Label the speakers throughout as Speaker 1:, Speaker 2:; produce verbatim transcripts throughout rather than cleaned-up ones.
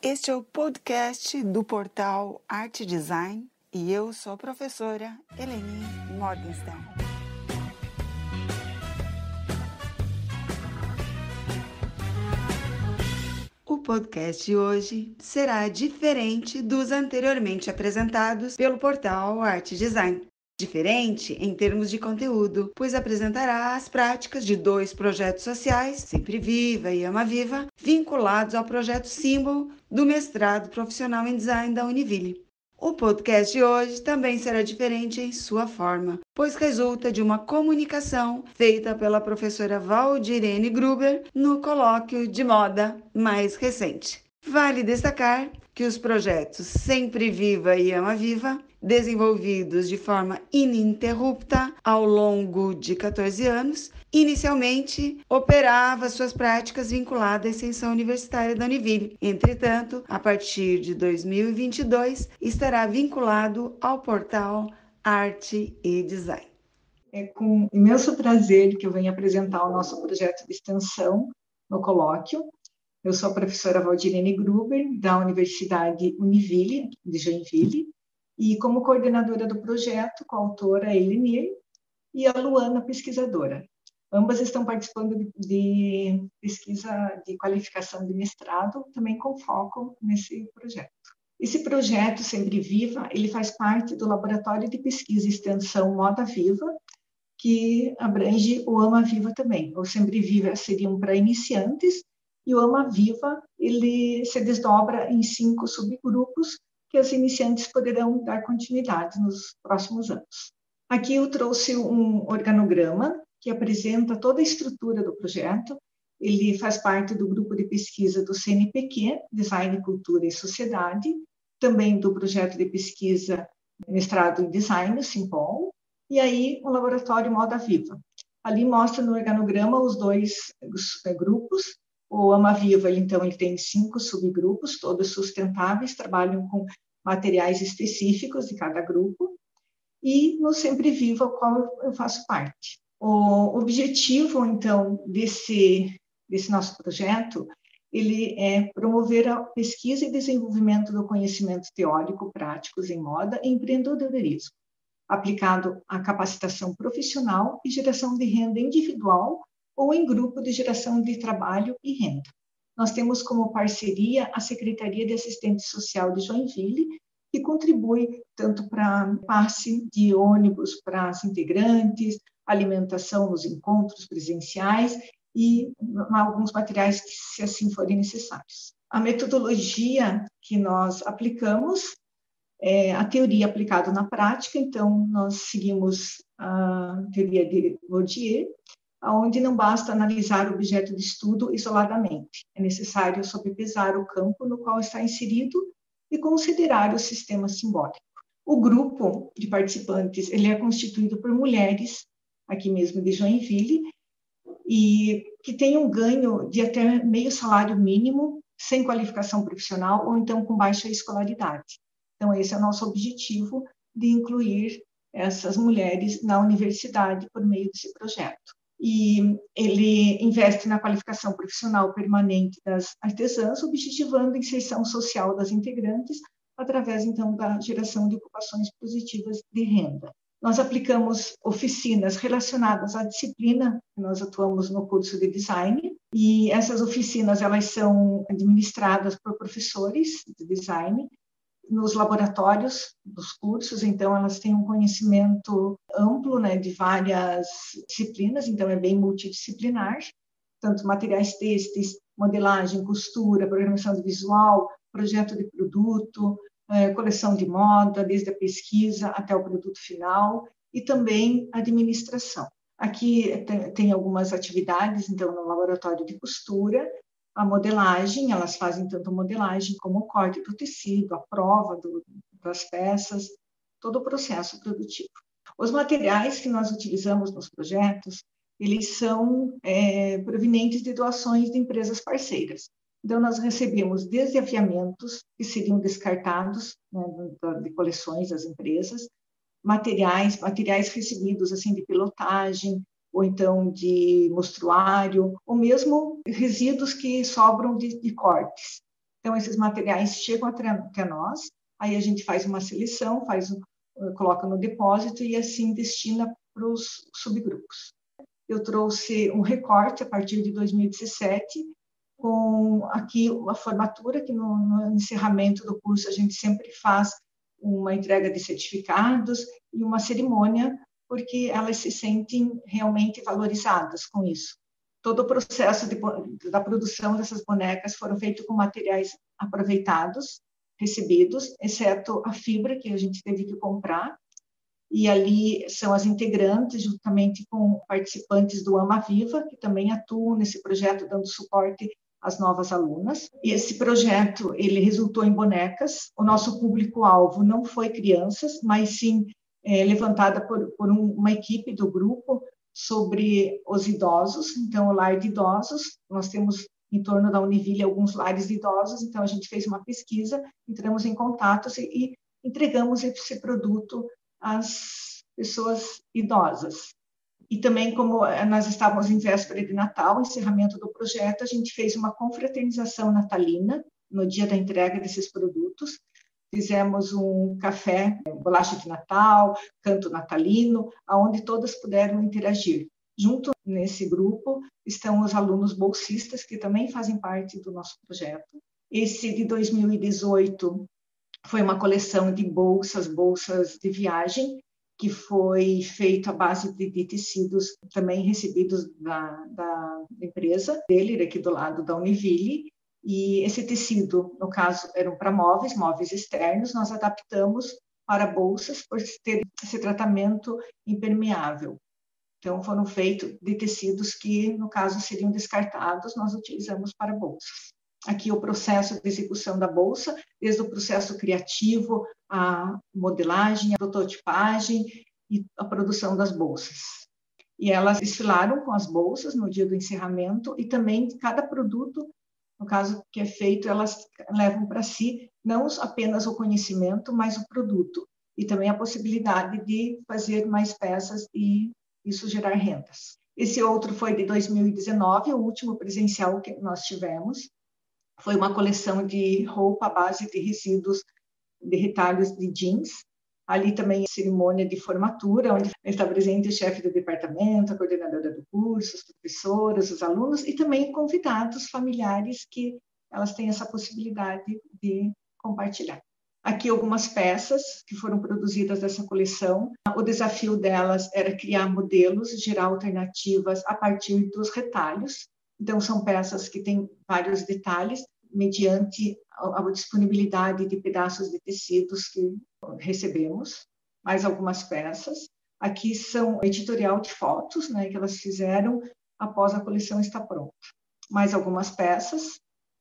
Speaker 1: Este é o podcast do portal Arte Design e eu sou a professora Eleni Morgenstern. O podcast de hoje será diferente dos anteriormente apresentados pelo portal Arte Design. Diferente em termos de conteúdo, pois apresentará as práticas de dois projetos sociais, Sempre Viva e Ama Viva, vinculados ao projeto símbolo do mestrado profissional em design da Univille. O podcast de hoje também será diferente em sua forma, pois resulta de uma comunicação feita pela professora Valdirene Gruber no colóquio de moda mais recente. Vale destacar que os projetos Sempre Viva e Ama Viva, desenvolvidos de forma ininterrupta ao longo de quatorze anos, inicialmente operava suas práticas vinculadas à extensão universitária da Univille. Entretanto, a partir de dois mil e vinte e dois, estará vinculado ao portal Arte e Design.
Speaker 2: É com imenso prazer que eu venho apresentar o nosso projeto de extensão no colóquio. Eu sou a professora Valdirene Gruber, da Universidade Univille, de Joinville, e como coordenadora do projeto, coautora a Elenir e a Luana, pesquisadora. Ambas estão participando de, de pesquisa de qualificação de mestrado, também com foco nesse projeto. Esse projeto, Sempre Viva, ele faz parte do Laboratório de Pesquisa e Extensão Moda Viva, que abrange o Ama Viva também. O Sempre Viva seria um para iniciantes, e o Ama Viva, ele se desdobra em cinco subgrupos que os iniciantes poderão dar continuidade nos próximos anos. Aqui eu trouxe um organograma que apresenta toda a estrutura do projeto. Ele faz parte do grupo de pesquisa do C N P Q, Design, Cultura e Sociedade, também do projeto de pesquisa Mestrado em Design, o Simpol, e aí o Laboratório Moda Viva. Ali mostra no organograma os dois grupos. O Ama Viva, ele, então, ele tem cinco subgrupos, todos sustentáveis, trabalham com materiais específicos de cada grupo, e no Sempre Viva, ao qual eu faço parte. O objetivo, então, desse, desse nosso projeto, ele é promover a pesquisa e desenvolvimento do conhecimento teórico práticos em moda e empreendedorismo, aplicado à capacitação profissional e geração de renda individual ou em grupo de geração de trabalho e renda. Nós temos como parceria a Secretaria de Assistência Social de Joinville, que contribui tanto para passe de ônibus para as integrantes, alimentação nos encontros presenciais e alguns materiais que, se assim forem necessários. A metodologia que nós aplicamos é a teoria aplicada na prática, então nós seguimos a teoria de Bourdieu, onde não basta analisar o objeto de estudo isoladamente. É necessário sobrepesar o campo no qual está inserido e considerar o sistema simbólico. O grupo de participantes ele é constituído por mulheres, aqui mesmo de Joinville, e que têm um ganho de até meio salário mínimo, sem qualificação profissional ou então com baixa escolaridade. Então, esse é o nosso objetivo de incluir essas mulheres na universidade por meio desse projeto. E ele investe na qualificação profissional permanente das artesãs, objetivando a inserção social das integrantes através, então, da geração de ocupações positivas de renda. Nós aplicamos oficinas relacionadas à disciplina, nós atuamos no curso de design, e essas oficinas elas são administradas por professores de design, nos laboratórios dos cursos, então elas têm um conhecimento amplo, né, de várias disciplinas, então é bem multidisciplinar, tanto materiais têxteis, modelagem, costura, programação de visual, projeto de produto, eh, coleção de moda, desde a pesquisa até o produto final, e também administração. Aqui tem, tem algumas atividades, então, no laboratório de costura, a modelagem, elas fazem tanto a modelagem como o corte do tecido, a prova do, das peças, todo o processo produtivo. Os materiais que nós utilizamos nos projetos, eles são é, provenientes de doações de empresas parceiras. Então, nós recebemos desde afiamentos, que seriam descartados, né, de coleções das empresas, materiais, materiais recebidos assim, de pilotagem, ou então de mostruário, ou mesmo resíduos que sobram de, de cortes. Então, esses materiais chegam até nós, aí a gente faz uma seleção, faz, coloca no depósito e assim destina para os subgrupos. Eu trouxe um recorte a partir de dois mil e dezessete, com aqui a formatura, que no, no encerramento do curso a gente sempre faz uma entrega de certificados e uma cerimônia, porque elas se sentem realmente valorizadas com isso. Todo o processo de, da produção dessas bonecas foram feito com materiais aproveitados, recebidos, exceto a fibra que a gente teve que comprar, e ali são as integrantes, juntamente com participantes do Ama Viva, que também atuam nesse projeto, dando suporte às novas alunas. E esse projeto, ele resultou em bonecas. O nosso público-alvo não foi crianças, mas sim é, levantada por, por um, uma equipe do grupo sobre os idosos. Então, o lar de idosos, nós temos em torno da Univille alguns lares de idosos, então a gente fez uma pesquisa, entramos em contatos e, e entregamos esse produto às pessoas idosas. E também, como nós estávamos em véspera de Natal, encerramento do projeto, a gente fez uma confraternização natalina no dia da entrega desses produtos. Fizemos um café, bolacha de Natal, canto natalino, onde todas puderam interagir. Junto nesse grupo estão os alunos bolsistas, que também fazem parte do nosso projeto. Esse de dois mil e dezoito foi uma coleção de bolsas, bolsas de viagem, que foi feito à base de, de tecidos também recebidos da, da empresa dele, aqui do lado da Univille. E esse tecido, no caso, eram para móveis, móveis externos, nós adaptamos para bolsas por ter esse tratamento impermeável. Então, foram feitos de tecidos que, no caso, seriam descartados, nós utilizamos para bolsas. Aqui o processo de execução da bolsa, desde o processo criativo, a modelagem, a prototipagem e a produção das bolsas. E elas desfilaram com as bolsas no dia do encerramento e também cada produto, no caso que é feito, elas levam para si não apenas o conhecimento, mas o produto. E também a possibilidade de fazer mais peças e isso gerar rendas. Esse outro foi de dois mil e dezenove, o último presencial que nós tivemos. Foi uma coleção de roupa à base de resíduos de retalhos de jeans. Ali também a cerimônia de formatura, onde está presente o chefe do departamento, a coordenadora do curso, as professoras, os alunos e também convidados familiares que elas têm essa possibilidade de compartilhar. Aqui algumas peças que foram produzidas dessa coleção. O desafio delas era criar modelos, gerar alternativas a partir dos retalhos. Então, são peças que têm vários detalhes, mediante a disponibilidade de pedaços de tecidos que recebemos, mais algumas peças. Aqui são editorial de fotos, né, que elas fizeram após a coleção estar pronta. Mais algumas peças.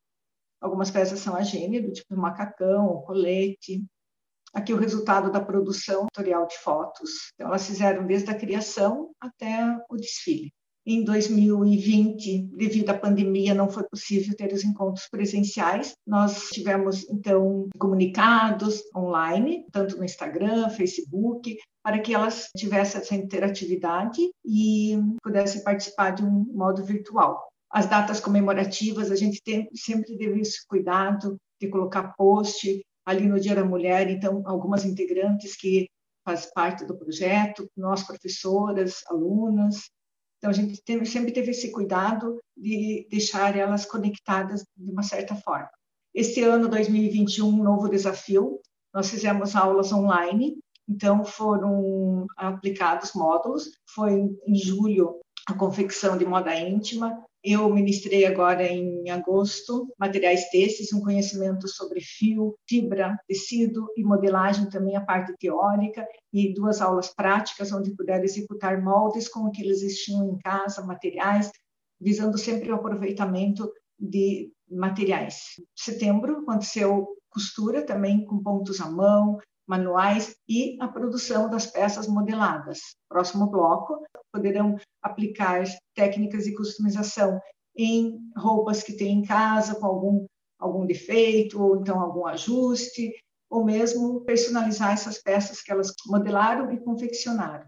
Speaker 2: Algumas peças são a gênero, tipo macacão, colete. Aqui o resultado da produção editorial de fotos. Então, elas fizeram desde a criação até o desfile. Em dois mil e vinte, devido à pandemia, não foi possível ter os encontros presenciais. Nós tivemos, então, comunicados online, tanto no Instagram, Facebook, para que elas tivessem essa interatividade e pudessem participar de um modo virtual. As datas comemorativas, a gente tem, sempre teve esse cuidado de colocar post ali no Dia da Mulher. Então, algumas integrantes que fazem parte do projeto, nós, professoras, alunas. Então, a gente teve, sempre teve esse cuidado de deixar elas conectadas de uma certa forma. Este ano, dois mil e vinte e um, um novo desafio, nós fizemos aulas online, então foram aplicados módulos. Foi em julho a confecção de moda íntima. Eu ministrei agora em agosto materiais têxteis, um conhecimento sobre fio, fibra, tecido e modelagem, também a parte teórica, e duas aulas práticas, onde puderam executar moldes com o que eles tinham em casa, materiais, visando sempre o aproveitamento de materiais. Em setembro aconteceu costura, também com pontos à mão, manuais e a produção das peças modeladas. Próximo bloco, poderão aplicar técnicas de customização em roupas que têm em casa, com algum, algum defeito, ou então algum ajuste, ou mesmo personalizar essas peças que elas modelaram e confeccionaram.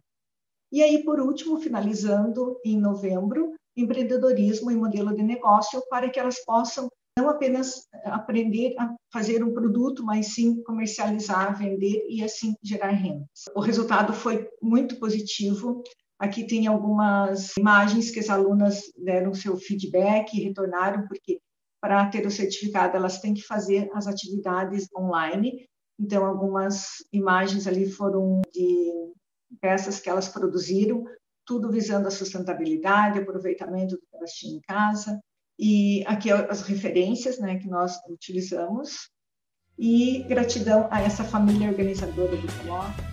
Speaker 2: E aí, por último, finalizando em novembro, empreendedorismo e modelo de negócio para que elas possam não apenas aprender a fazer um produto, mas sim comercializar, vender e assim gerar renda. O resultado foi muito positivo. Aqui tem algumas imagens que as alunas deram seu feedback e retornaram, porque para ter o certificado elas têm que fazer as atividades online. Então, algumas imagens ali foram de peças que elas produziram, tudo visando a sustentabilidade, aproveitamento do que elas tinham em casa. E aqui as referências, né, que nós utilizamos. E gratidão a essa família organizadora do colóquio.